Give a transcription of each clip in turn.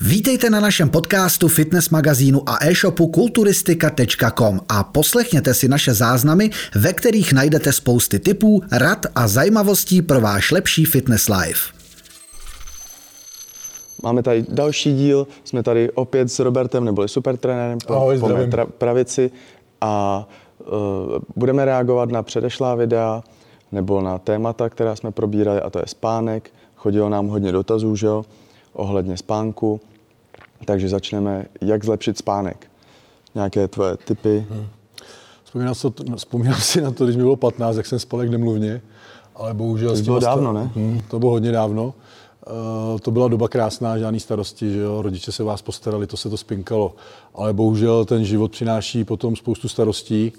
Vítejte na našem podcastu, fitness magazínu a e-shopu kulturistika.com a poslechněte si naše záznamy, ve kterých najdete spousty tipů, rad a zajímavostí pro váš lepší fitness life. Máme tady další díl, jsme tady opět s Robertem, neboli supertrenérem po mé pravici a budeme reagovat na předešlá videa nebo na témata, která jsme probírali, a to je spánek. Chodilo nám hodně dotazů, že jo, ohledně spánku, takže začneme, jak zlepšit spánek. Nějaké tvoje tipy? Vzpomínám si na to, když mi bylo 15, jak jsem spal jak nemluvně, ale bohužel... To bylo dávno, ne? To bylo hodně dávno. To byla doba krásná, žádný starosti, že jo, rodiče se vás postarali, to se to spinkalo, ale bohužel ten život přináší potom spoustu starostí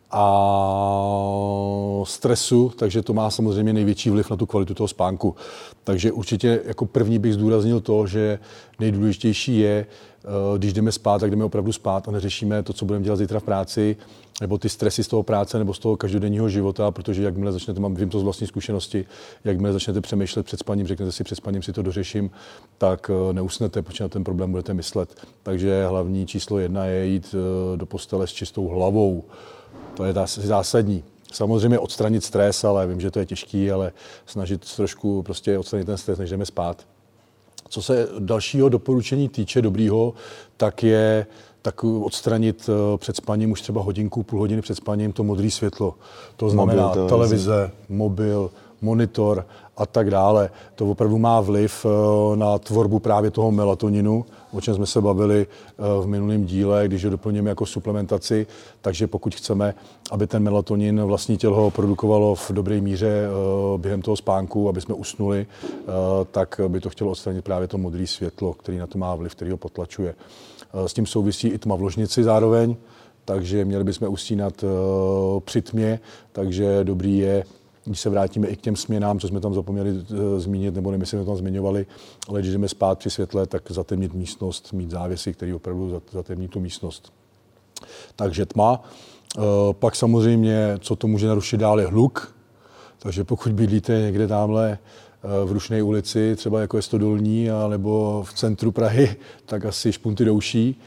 a stresu, takže to má samozřejmě největší vliv na tu kvalitu toho spánku. Takže určitě jako první bych zdůraznil to, že nejdůležitější je, když jdeme spát, tak jdeme opravdu spát a neřešíme to, co budeme dělat zítra v práci, nebo ty stresy z toho práce, nebo z toho každodenního života, protože jakmile začnete, vím to z vlastní zkušenosti, jakmile začnete přemýšlet před spaním, řeknete si před spaním si to dořeším, tak neusnete, protože na ten problém budete myslet. Takže hlavní číslo 1 je jít do postele s čistou hlavou. To je zásadní. Samozřejmě odstranit stres, ale vím, že to je těžký, ale snažit trošku prostě odstranit ten stres, než jdeme spát. Co se dalšího doporučení týče dobrýho, tak je odstranit před spaním už třeba hodinku, půl hodiny před spaním to modré světlo. To znamená televize, mobil, monitor a tak dále. To opravdu má vliv na tvorbu právě toho melatoninu, o čem jsme se bavili v minulém díle, když ho doplníme jako suplementaci. Takže pokud chceme, aby ten melatonin vlastní tělo produkovalo v dobré míře během toho spánku, aby jsme usnuli, tak by to chtělo odstranit právě to modré světlo, který na to má vliv, který ho potlačuje. S tím souvisí i tma v ložnici zároveň, takže měli bychom usínat při tmě, takže dobrý je, když se vrátíme i k těm směnám, co jsme tam zapomněli zmínit, nebo nevím, jestli jsme tam zmiňovali, ale když jdeme spát při světle, tak zatemnit místnost, mít závěsy, které opravdu zatemní tu místnost. Takže tma. Pak samozřejmě, co to může narušit dál, je hluk. Takže pokud bydlíte někde tamhle v Rušné ulici, třeba jako je Stodolní, nebo v centru Prahy, tak asi špunty douší.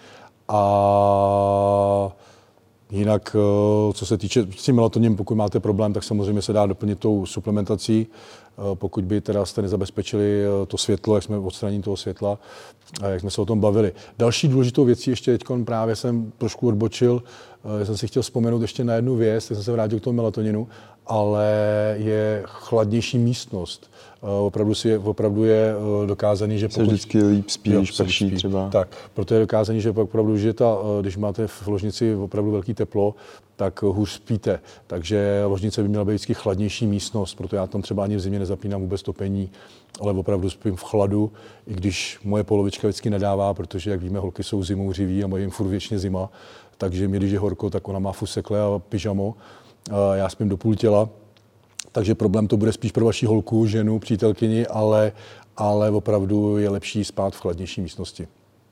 A jinak, co se týče s tím melatonem, pokud máte problém, tak samozřejmě se dá doplnit tou suplementací. Pokud by teda jste nezabezpečili to světlo, jak jsme odstranění toho světla, jak jsme se o tom bavili. Další důležitou věcí ještě teď právě jsem trošku odbočil, já jsem si chtěl vzpomenout ještě na jednu věc, tak jsem se vrátil k tomu melatoninu, ale je chladnější místnost. Opravdu je dokázaný, že pokud... vždycky líp spíš, prší třeba. Tak, proto je dokázaný, že opravdu, že když máte v ložnici opravdu velký teplo, tak hůř spíte. Takže ložnice by měla být vždycky chladnější místnost, proto já tam třeba ani v zimě nezapínám vůbec topení, ale opravdu spím v chladu, i když moje polovička vždycky nedává, protože jak víme, holky jsou zimouřiví a mají jim furt věčně zima, takže mě, když je horko, tak ona má fusekle a pyžamo. Já spím do půl těla, takže problém to bude spíš pro vaši holku, ženu, přítelkyni, ale opravdu je lepší spát v chladnější místnosti.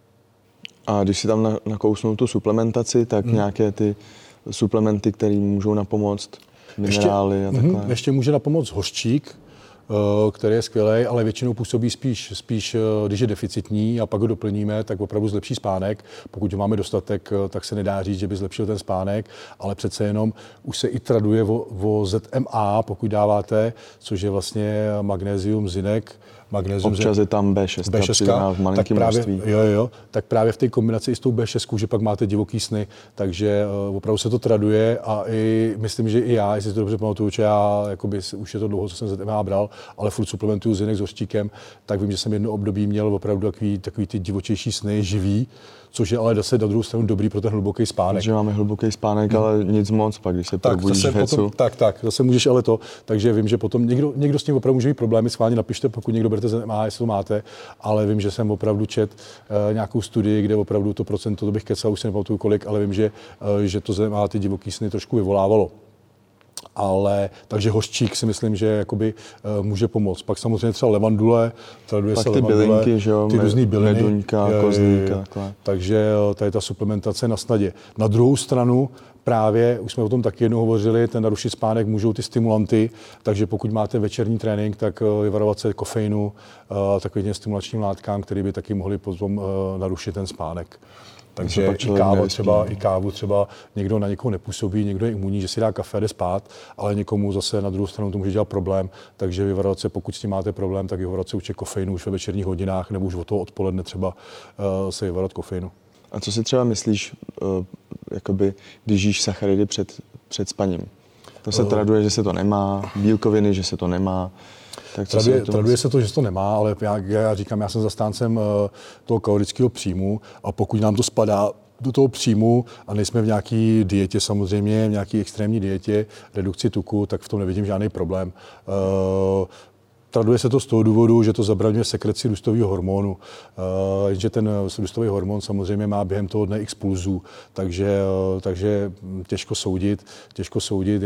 A když si tam nakousnou tu suplementaci, tak nějaké ty suplementy, které můžou napomoct, minerály a takhle. Ještě může napomoct hořčík, který je skvělý, ale většinou působí spíš, když je deficitní a pak ho doplníme, tak opravdu zlepší spánek. Pokud ho máme dostatek, tak se nedá říct, že by zlepšil ten spánek, ale přece jenom už se i traduje o ZMA, pokud dáváte, což je vlastně magnézium, zinek. Občas je tam B6 v malinkém množství. Tak právě v té kombinaci i s tou B6, že pak máte divoký sny, takže opravdu se to traduje a i myslím, že i já, jestli si to dobře pamatuju, že já jakoby, už je to dlouho, co jsem ZMA bral, ale furt suplementuju zinek s hořčíkem, tak vím, že jsem jedno období měl opravdu takový ty divočejší sny, živý, což je ale zase na druhou stranu dobrý pro ten hluboký spánek. Takže máme hluboký spánek, ale nic moc, pak když se probudíš v hecu. Tak, zase můžeš ale to, takže vím, že potom někdo s tím opravdu může mít problémy, schválně napište, pokud někdo berete ZMA, jestli to máte, ale vím, že jsem opravdu čet nějakou studii, kde opravdu to procento, to bych kecal, už si nepamatuju kolik, ale vím, že to ZMA ty divoký sny trošku vyvolávalo. ale takže hořčík si myslím, že jakoby může pomoct. Pak samozřejmě třeba levandule, traduje pak se ty levandule, bylinky, že jo, ty různý byliny, meduňka, kozlík. Takže tady ta suplementace je na snadě. Na druhou stranu právě, už jsme o tom taky jednou hovořili, ten narušit spánek můžou ty stimulanty, takže pokud máte večerní trénink, tak vyvarovat se kofeinu, takovým těm stimulačním látkám, které by taky mohly potom narušit ten spánek. Takže i kávu třeba někdo na někoho nepůsobí, někdo je imunní, že si dá kafe a jde spát, ale někomu zase na druhou stranu to může dělat problém, takže vyvarovat se, pokud s tím máte problém, tak vyvarovat se určitě kofeinu už ve večerních hodinách nebo už od toho odpoledne třeba se vyvarovat kofeinu. A co si třeba myslíš, jakoby, když jíš sacharidy před spaním? To se traduje, že se to nemá, bílkoviny, že se to nemá. Tak traduje se to, že se to nemá, ale já říkám, já jsem zastáncem toho kalorického příjmu a pokud nám to spadá do toho příjmu a nejsme v nějaké dietě samozřejmě, v nějaké extrémní dietě, redukci tuku, tak v tom nevidím žádný problém. Traduje se to z toho důvodu, že to zabraňuje sekreci růstového hormonu, že ten růstový hormon samozřejmě má během toho dne x pulzů, takže těžko soudit,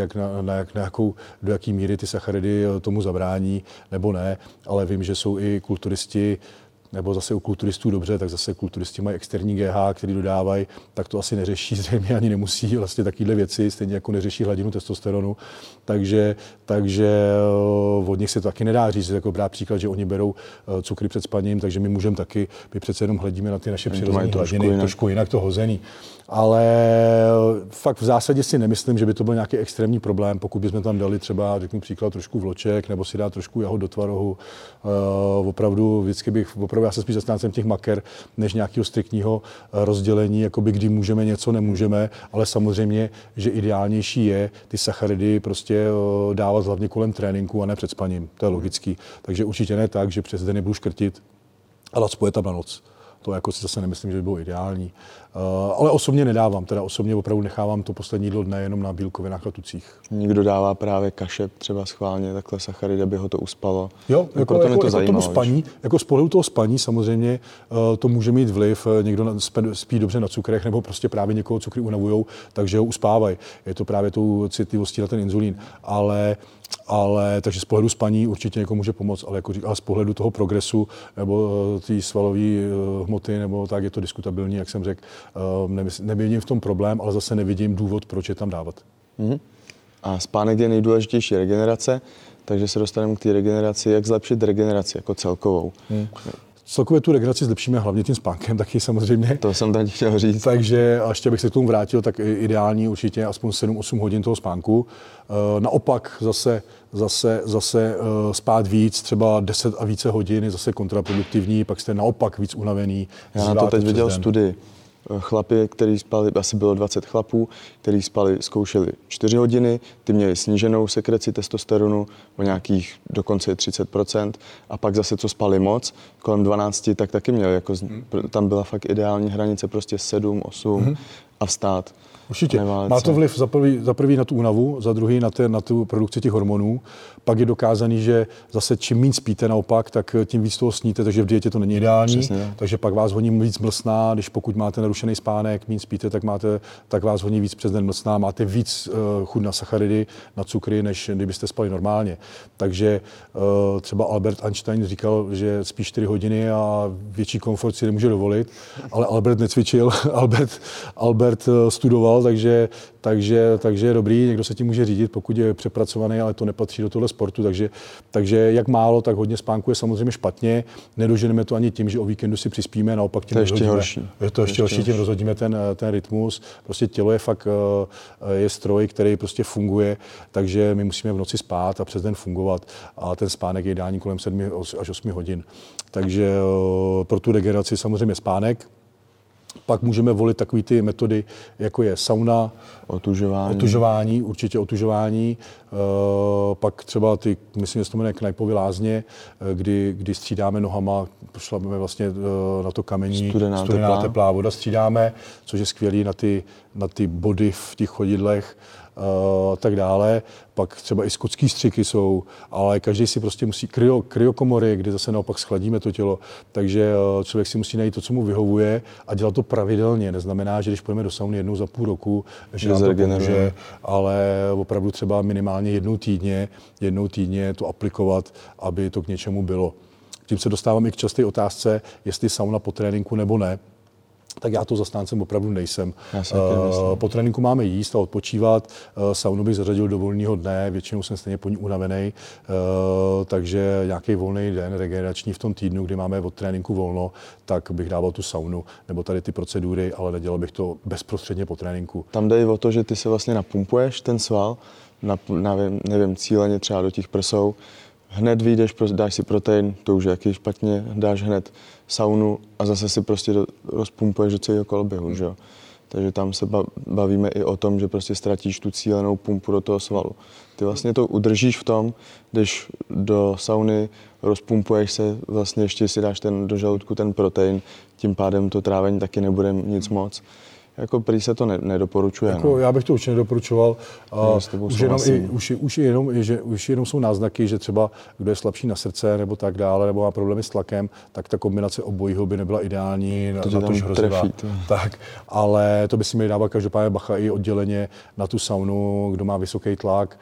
do jaké míry ty sacharidy tomu zabrání nebo ne, ale vím, že jsou i kulturisti, nebo zase u kulturistů dobře, tak zase kulturisti mají externí GH, který dodávají, tak to asi neřeší, zřejmě ani nemusí vlastně takovéhle věci, stejně jako neřeší hladinu testosteronu. Takže od nich se to taky nedá říct, jako brát příklad, že oni berou cukry před spaním, takže my můžeme taky, my přece jenom hledíme na ty naše přirozené hladiny, trošku jinak to hozený. Ale fakt v zásadě si nemyslím, že by to byl nějaký extrémní problém, pokud bychom tam dali třeba, řeknu příklad, trošku vloček, nebo si dát trošku jahod do tvarohu. Opravdu já jsem spíš zastáncem těch maker, než nějakého striktního rozdělení, jakoby kdy můžeme něco, nemůžeme, ale samozřejmě, že ideálnější je ty sacharidy prostě dávat hlavně kolem tréninku a ne před spaním. To je logický. Takže určitě ne tak, že přes den nebudu škrtit, ale spoje tam na noc. To jako si zase nemyslím, že by bylo ideální. Ale osobně nedávám, teda osobně opravdu nechávám to poslední jídlo dne jenom na bílkovinách a tucích. Někdo dává právě kaše třeba schválně takhle sacharidy, aby ho to uspalo. Jo, jako tomu spaní, jako z pohledu toho spaní samozřejmě to může mít vliv, někdo spí dobře na cukrech nebo prostě právě někoho cukry unavujou, takže ho uspávají. Je to právě tou citlivostí na ten inzulín, ale takže z pohledu spaní určitě někomu může pomoct, ale jako z pohledu toho progresu nebo té svalové hmoty nebo tak je to diskutabilní, jak jsem řekl. Nevidím v tom problém, ale zase nevidím důvod, proč je tam dávat. A spánek je nejdůležitější regenerace, takže se dostaneme k té regeneraci. Jak zlepšit regeneraci jako celkovou? Celkově tu regeneraci zlepšíme hlavně tím spánkem, taky samozřejmě. To jsem tady chtěl říct. Takže a ještě bych se k tomu vrátil, tak ideální určitě aspoň 7-8 hodin toho spánku. Naopak zase spát víc, třeba 10 a více hodin je zase kontraproduktivní, pak jste naopak víc unavený. Já na to teď viděl studii. Chlapi, kteří spali, asi bylo 20 chlapů, kteří spali, zkoušeli 4 hodiny, ty měli sníženou sekreci testosteronu o nějakých dokonce 30%, a pak zase, co spali moc, kolem 12, tak taky měli, jako, tam byla fakt ideální hranice, prostě 7, 8 a vstát. Určitě. Má to vliv za prvý na tu únavu, za druhý na tu produkci těch hormonů. Pak je dokázaný, že zase čím méně spíte naopak, tak tím víc toho sníte, takže v dietě to není ideální. Přesně. Takže pak vás honí víc mlsná, když pokud máte narušený spánek, méně spíte, tak vás honí víc přes den mlsná, máte víc chuť na sacharidy, na cukry, než kdybyste spali normálně. Takže třeba Albert Einstein říkal, že spí 4 hodiny a větší komfort si nemůže dovolit, ale Albert necvičil, Albert studoval, takže je dobrý, někdo se tím může řídit, pokud je přepracovaný, ale to nepatří do tohle sportu, takže jak málo, tak hodně spánku je samozřejmě špatně. Nedoženeme to ani tím, že o víkendu si přispíme, naopak tím Je to ještě horší, tím rozhodíme ten rytmus. Prostě tělo je fakt je stroj, který prostě funguje, takže my musíme v noci spát a přes den fungovat a ten spánek je ideální kolem 7 až 8 hodin. Takže pro tu regeneraci samozřejmě spánek. Pak můžeme volit takové ty metody, jako je sauna, otužování. Pak třeba myslím, že se to jmenuje Kneipovy lázně, kdy střídáme nohama, šlapeme vlastně na to kamení, studená teplá voda střídáme, což je skvělý na ty body v těch chodidlech. tak dále. Pak třeba i skotský střiky jsou, ale každý si prostě musí kryokomory, kde zase naopak schladíme to tělo. Takže člověk si musí najít to, co mu vyhovuje a dělat to pravidelně. Neznamená, že když půjdeme do sauny jednou za půl roku, že nám to pomůže, ale opravdu třeba minimálně jednou týdně to aplikovat, aby to k něčemu bylo. Tím se dostávám i k časté otázce, jestli sauna po tréninku nebo ne. Tak já to zastáncem opravdu nejsem. Po tréninku máme jíst a odpočívat. Saunu bych zařadil do volného dne, většinou jsem stejně po ní unavený, takže nějaký volný den, regenerační v tom týdnu, kdy máme od tréninku volno, tak bych dával tu saunu nebo tady ty procedury, ale nedělal bych to bezprostředně po tréninku. Tam jde i o to, že ty se vlastně napumpuješ ten sval, nevím, cíleně třeba do těch prsou, hned vyjdeš, dáš si protein, to už je jaký špatně, dáš hned saunu a zase si prostě rozpumpuješ do celého koloběhu, že jo. Takže tam se bavíme i o tom, že prostě ztratíš tu cílenou pumpu do toho svalu. Ty vlastně to udržíš v tom, když do sauny rozpumpuješ se, vlastně ještě si dáš do žaludku ten protein, tím pádem to trávení taky nebude nic moc. Jako prý se to nedoporučuje. Jako, já bych to určitě nedoporučoval. Už jenom jsou náznaky, že třeba kdo je slabší na srdce nebo tak dále, nebo má problémy s tlakem, tak ta kombinace obojího by nebyla ideální, natož hrozivá. Tak, ale to by si měli dávat každopádně bacha i odděleně na tu saunu, kdo má vysoký tlak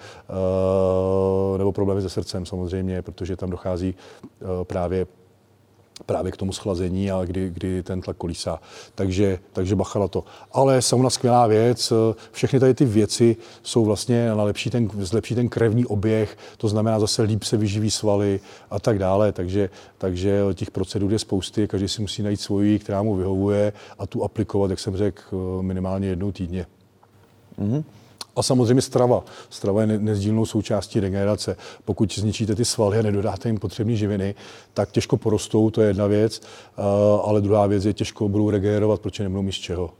nebo problémy se srdcem samozřejmě, protože tam dochází právě k tomu schlazení a kdy ten tlak kolísá. Takže bacha na to. Ale sauna skvělá věc. Všechny tady ty věci jsou vlastně na zlepší ten krevní oběh, to znamená zase líp se vyživí svaly a tak dále. Takže těch procedur je spousty, každý si musí najít svoji, která mu vyhovuje a tu aplikovat, jak jsem řekl, minimálně jednou týdně. Mm-hmm. A samozřejmě strava. Strava je nezdílnou součástí regenerace. Pokud zničíte ty svaly a nedodáte jim potřebné živiny, tak těžko porostou, to je jedna věc, ale druhá věc je, těžko budou regenerovat, protože nebudou mít z čeho.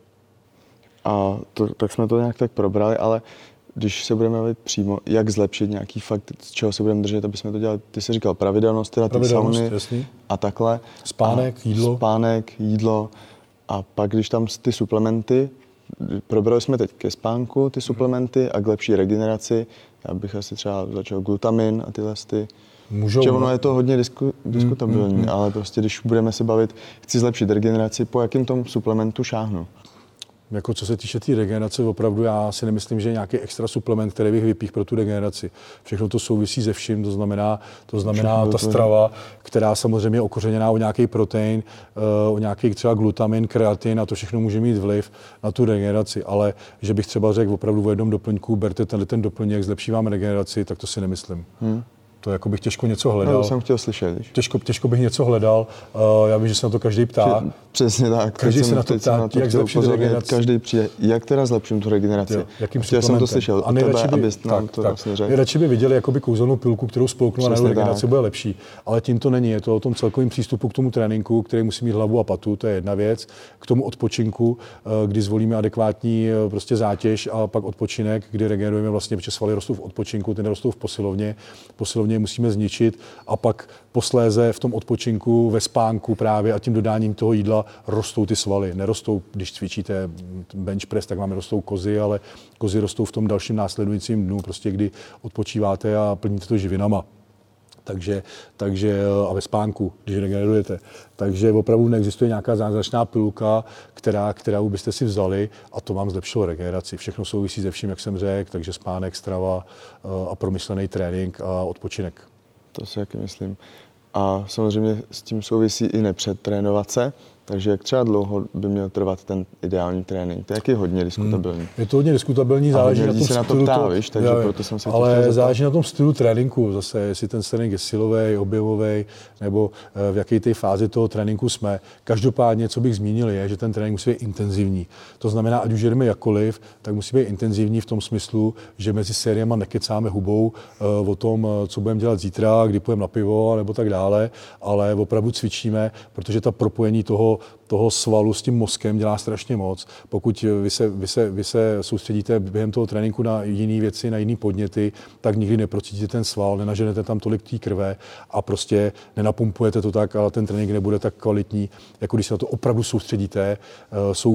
A tak jsme to nějak tak probrali, ale když se budeme bavit přímo, jak zlepšit nějaký fakt, z čeho se budeme držet, aby jsme to dělali, ty jsi říkal pravidelnost, teda ty sauny a takhle. Spánek, jídlo a pak když tam ty suplementy, probrali jsme teď ke spánku ty suplementy a k lepší regeneraci. Já bych asi třeba začal glutamin a tyhle ty. Můžou. Ono je to hodně diskutabilní, ale prostě když budeme se bavit, chci zlepšit regeneraci, po jakým tom suplementu šáhnu? Jako co se týče té regenerace, opravdu já si nemyslím, že je nějaký extra suplement, který bych vypíchl pro tu regeneraci. Všechno to souvisí se vším, to znamená ta strava, která samozřejmě je okořeněná o nějaký protein, o nějaký třeba glutamin, kreatin a to všechno může mít vliv na tu regeneraci. Ale že bych třeba řekl opravdu v jednom doplňku, berte ten doplněk, zlepší vám regeneraci, tak to si nemyslím. To jako bych těžko něco hledal. No, to jsem chtěl slyšet. Těžko bych něco hledal. Já vím, že se na to každý ptá. Přesně tak. Každý se na to ptá, jak zlepšit regeneraci. Každý přijde, jak teda zlepším tu regeneraci. Jakým suplementem. Jsem to slyšel. A nejradši by viděli jakoby kouzelnou pilku, kterou spolknu a na regeneraci bude lepší. Ale tím to není. Je to o tom celkovém přístupu k tomu tréninku, který musí mít hlavu a patu, to je jedna věc. K tomu odpočinku, kdy zvolíme adekvátní prostě zátěž a pak odpočinek, kdy regenerujeme vlastně, protože svaly rostou v odpočinku, ty nerostou v posilovně. Posilovně musíme zničit a pak posléze v tom odpočinku, ve spánku právě a tím dodáním toho jídla rostou ty svaly. Nerostou, když cvičíte bench press, tak máme rostou kozy, ale kozy rostou v tom dalším následujícím dnu, prostě kdy odpočíváte a plníte to živinama. Takže a ve spánku, když regenerujete. Takže opravdu neexistuje nějaká zázračná pilulka, kterou byste si vzali a to vám zlepšilo regeneraci. Všechno souvisí se vším, jak jsem řekl, takže spánek, strava a promyšlený trénink a odpočinek. To si taky myslím. A samozřejmě s tím souvisí i nepředtrénovat se. Takže jak třeba dlouho by měl trvat ten ideální trénink? To je jaký hodně diskutabilní. Je to hodně diskutabilní, záleží na tom se na to ptá, víš, takže proto jsem se ale záleží na tom stylu tréninku, zase jestli ten trénink je silový, objevový, nebo v jaké té fázi toho tréninku jsme. Každopádně, co bych zmínil, je, že ten trénink musí být intenzivní. To znamená, ať už jedeme jakkoliv, tak musí být intenzivní v tom smyslu, že mezi sériema nekecáme hubou o tom, co budeme dělat zítra, kdy půjdeme na pivo, nebo tak dále, ale opravdu cvičíme, protože ta propojení toho svalu s tím mozkem dělá strašně moc. Pokud vy se soustředíte během toho tréninku na jiné věci, na jiné podněty, tak nikdy neprocítíte ten sval, nenaženete tam tolik té krve a prostě nenapumpujete to tak, ale ten trénink nebude tak kvalitní, jako když se na to opravdu soustředíte. Jsou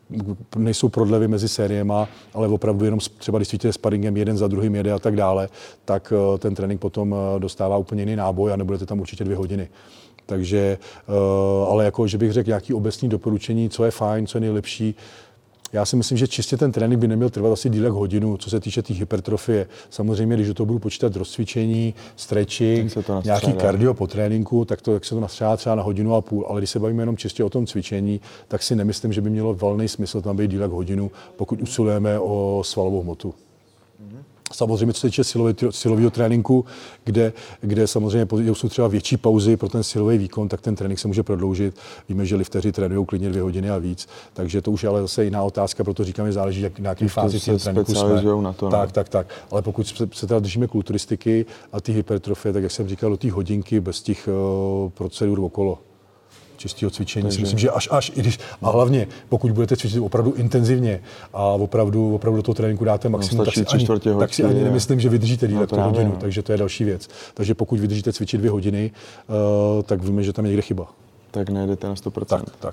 nejsou prodlevy mezi sériema, ale opravdu jenom třeba když cvičíte sparingem, jeden za druhým jede a tak dále, tak ten trénink potom dostává úplně jiný náboj a nebudete tam určitě 2 hodiny. Takže, ale jako, že bych řekl nějaký obecný doporučení, co je fajn, co je nejlepší. Já si myslím, že čistě ten trénink by neměl trvat asi díl jak hodinu, co se týče té hypertrofie. Samozřejmě, když do toho budu počítat rozcvičení, stretching, nějaký kardio po tréninku, tak se to nastřádá třeba na 1,5 hodiny, ale když se bavíme jenom čistě o tom cvičení, tak si nemyslím, že by mělo valný smysl tam být díl jak hodinu, pokud usilujeme o svalovou hmotu. Samozřejmě, co se týče silového tréninku, kde samozřejmě jsou třeba větší pauzy pro ten silový výkon, tak ten trénink se může prodloužit. Víme, že lifteři trénují klidně 2 hodiny a víc, takže to už je ale zase jiná otázka, proto říkám, že záleží, na jaký fázi toho tréninku jsme. Na to, tak. Ale pokud se teda držíme kulturistiky a ty hypertrofie, tak jak jsem říkal, do té hodinky bez těch procedur okolo. Čistého cvičení. Si myslím, že až i když, a hlavně pokud budete cvičit opravdu intenzivně a opravdu do toho tréninku dáte maximum, tak si ani nemyslím, že vydržíte díl jak tu hodinu, takže to je další věc. Takže pokud vydržíte cvičit 2 hodiny, tak víme, že tam je někde chyba. Tak nejdete na 100%. Tak.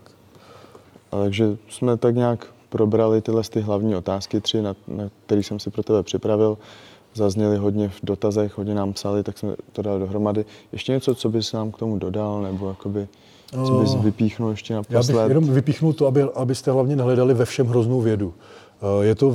A takže jsme tak nějak probrali tyhle hlavní otázky 3, na které jsem si pro tebe připravil. Zazněly hodně v dotazech, hodně nám psali, tak jsme to dali dohromady. Ještě něco, co bys nám k tomu dodal, nebo jakoby, co bys vypíchnul ještě naposled? Já bych jenom vypíchnul to, abyste hlavně nehledali ve všem hroznou vědu. Je to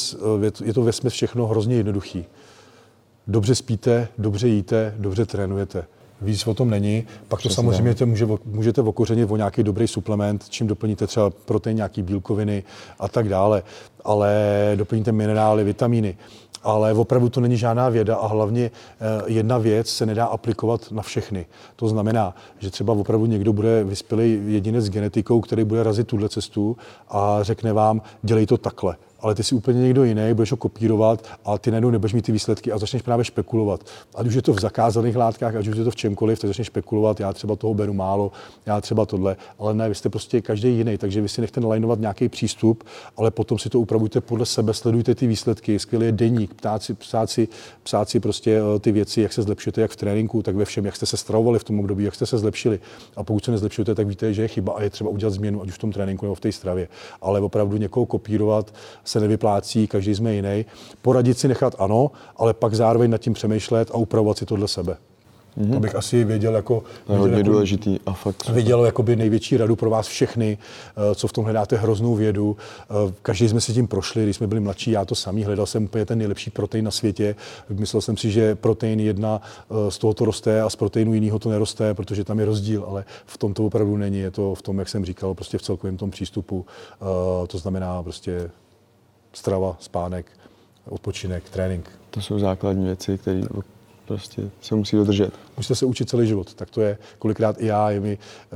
vesměs všechno hrozně jednoduchý. Dobře spíte, dobře jíte, dobře trénujete. Víc o tom není, pak to samozřejmě můžete okořenit o nějaký dobrý suplement, čím doplníte třeba protein, nějaký bílkoviny a tak dále, ale doplníte minerály, vitamíny. Ale opravdu to není žádná věda a hlavně jedna věc se nedá aplikovat na všechny. To znamená, že třeba opravdu někdo bude vyspělý jedinec s genetikou, který bude razit tuhle cestu a řekne vám, dělej to takhle. Ale ty si úplně někdo jiný, budeš ho kopírovat a ty najednou nebudeš mít ty výsledky a začneš právě spekulovat. Ať už je to v zakázaných látkách, ať už je to v čemkoliv, tak začneš spekulovat, já třeba toho beru málo, já třeba tohle, ale ne, vy jste prostě každý jiný, takže vy si nechte nalajnovat nějaký přístup, ale potom si to upravujte podle sebe, sledujte ty výsledky, skvělý je deník, psát si prostě ty věci, jak se zlepšujete, jak v tréninku, tak ve všem, jak jste se stravovali v tom období, jak jste se zlepšili. A pokud se nezlepšujete, tak víte, že je chyba a je třeba udělat změnu, ať už v tom tréninku nebo v té stravě. Ale opravdu někoho kopírovat se nevyplácí, každý jsme jiný. Poradit si nechat ano, ale pak zároveň nad tím přemýšlet a upravovat si to dle sebe. To bych asi věděl jako... To je hodně důležitý a fakt... Věděl jakoby největší radu pro vás všechny, co v tom hledáte hroznou vědu. Každý jsme si tím prošli, když jsme byli mladší, já to samý, hledal jsem úplně ten nejlepší protein na světě. Myslel jsem si, že protein 1 z toho to roste a z proteinu jiného to neroste, protože tam je rozdíl, ale v tom to opravdu není. Je to v tom, jak jsem říkal, prostě v celkovém tom přístupu. To znamená prostě strava, spánek, odpočinek, trénink. To jsou základní věci, které prostě se musí dodržet. Musíte se učit celý život, tak to je. Kolikrát i já, je mi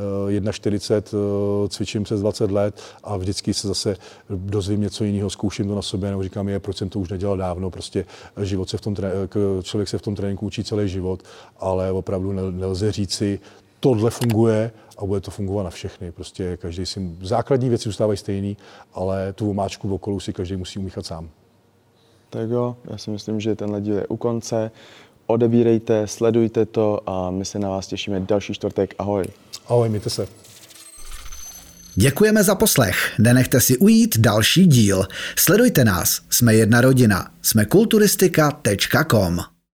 41, cvičím přes 20 let a vždycky se zase dozvím něco jiného, zkouším to na sobě, nebo říkám, proč jsem to už nedělal dávno, prostě člověk se v tom tréninku učí celý život, ale opravdu nelze říci, tohle funguje a bude to fungovat na všechny. Prostě každý si základní věci zůstávají stejný, ale tu omáčku okolo si každý musí umíchat sám. Tak jo, já si myslím, že tenhle díl je u konce. Odebírejte, sledujte to a my se na vás těšíme další čtvrtek. Ahoj. Ahoj, mějte se. Děkujeme za poslech. Nenechte si ujít další díl. Sledujte nás. Jsme jedna rodina. Jsme kulturistika.com.